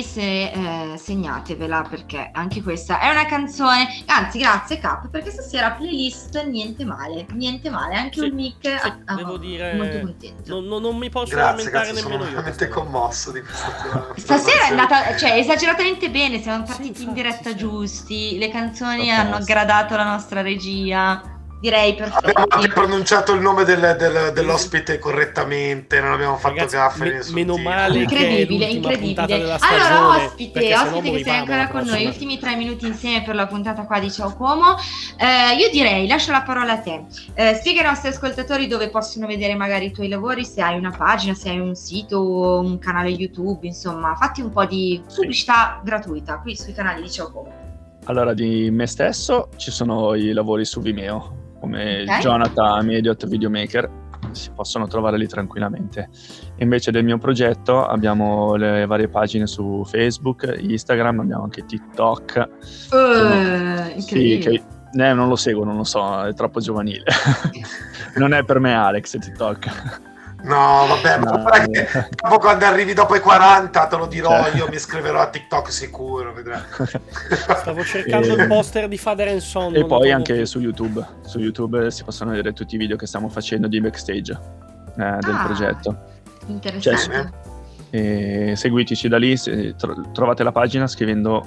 segnatevela perché anche questa è una canzone, anzi grazie Cap, perché stasera playlist niente male, anche sì, un mic devo dire, molto contento. Non mi posso Grazie, lamentare sono nemmeno io. veramente commosso di questa Stasera è andata, cioè, esageratamente bene, siamo partiti in infatti, diretta sì. giusti, le canzoni A hanno posto. aggradato la nostra regia. direi perfetti. Abbiamo anche pronunciato il nome dell'ospite correttamente, non abbiamo fatto Ragazzi, gaffe. meno male incredibile, che è l'ultima puntata della Allora, stagione, ospite perché sennò che sei morivamo ancora la con noi, prossima. ultimi 3 minuti insieme per la puntata qua di Ciao Como. Io direi, lascio la parola a te. Spiega ai nostri ascoltatori dove possono vedere magari i tuoi lavori, se hai una pagina, se hai un sito, un canale YouTube, insomma, fatti un po' di pubblicità gratuita qui sui canali di Ciao Como. Allora, di me stesso ci sono i lavori su Vimeo, come Ok. Jonathan Mediot Videomaker, si possono trovare lì tranquillamente. Invece del mio progetto abbiamo le varie pagine su Facebook, Instagram, abbiamo anche TikTok. Incredibile. Non lo seguo, non lo so, è troppo giovanile. Non è per me Alex TikTok. No, vabbè, ma No, guarda che dopo quando arrivi dopo i 40 te lo dirò, Cioè. io mi iscriverò a TikTok sicuro, vedrai. Stavo cercando il poster di Father and Son. E non poi trovo anche più. su YouTube si possono vedere tutti i video che stiamo facendo di backstage del progetto. Interessante. E seguiteci da lì, trovate la pagina scrivendo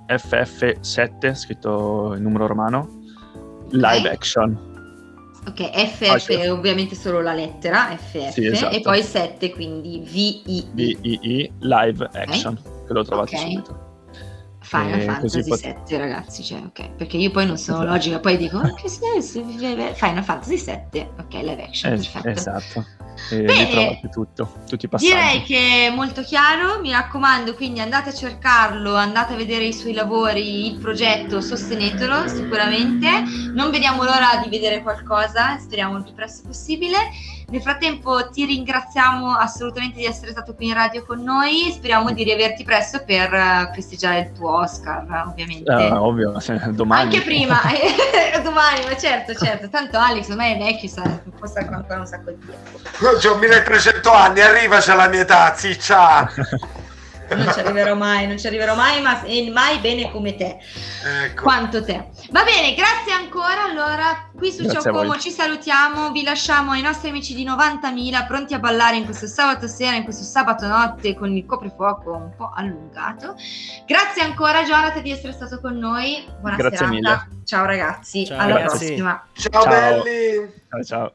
FF7, scritto in numero romano, live action. Ok, FF è ovviamente solo la lettera, FF, Sì, esatto. e poi 7, quindi VII. VII, live action, che lo trovate Ok. subito. Final E Fantasy così 7, ragazzi, cioè, ok, perché io poi non sono logica, poi dico, che senso? Final Fantasy 7, ok, live action, perfetto. Esatto. E Bene. lì trovate tutto, tutti i passaggi. Direi che è molto chiaro, mi raccomando, quindi andate a cercarlo, andate a vedere i suoi lavori, il progetto, sostenetelo sicuramente. Non vediamo l'ora di vedere qualcosa, speriamo il più presto possibile. Nel frattempo ti ringraziamo assolutamente di essere stato qui in radio con noi, speriamo di riaverti presto per festeggiare il tuo Oscar, ovviamente. Ovvio, domani. Anche prima, domani, ma certo, tanto Alex ormai è vecchio, può stare ancora un sacco di tempo. C'ho 1300 anni, arrivaci alla mia età, ziccia. Non ci arriverò mai, ma mai bene come te. Ecco. Quanto te. Va bene, grazie ancora. Allora, qui su Grazie Ciao a voi. Como ci salutiamo, vi lasciamo ai nostri amici di 90.000 pronti a ballare in questo sabato sera, in questo sabato notte con il coprifuoco un po' allungato. Grazie ancora Jonathan di essere stato con noi. Buona Grazie serata. mille. Ciao ragazzi, Ciao, alla ragazzi. prossima. Ciao Ciao. belli. Ciao.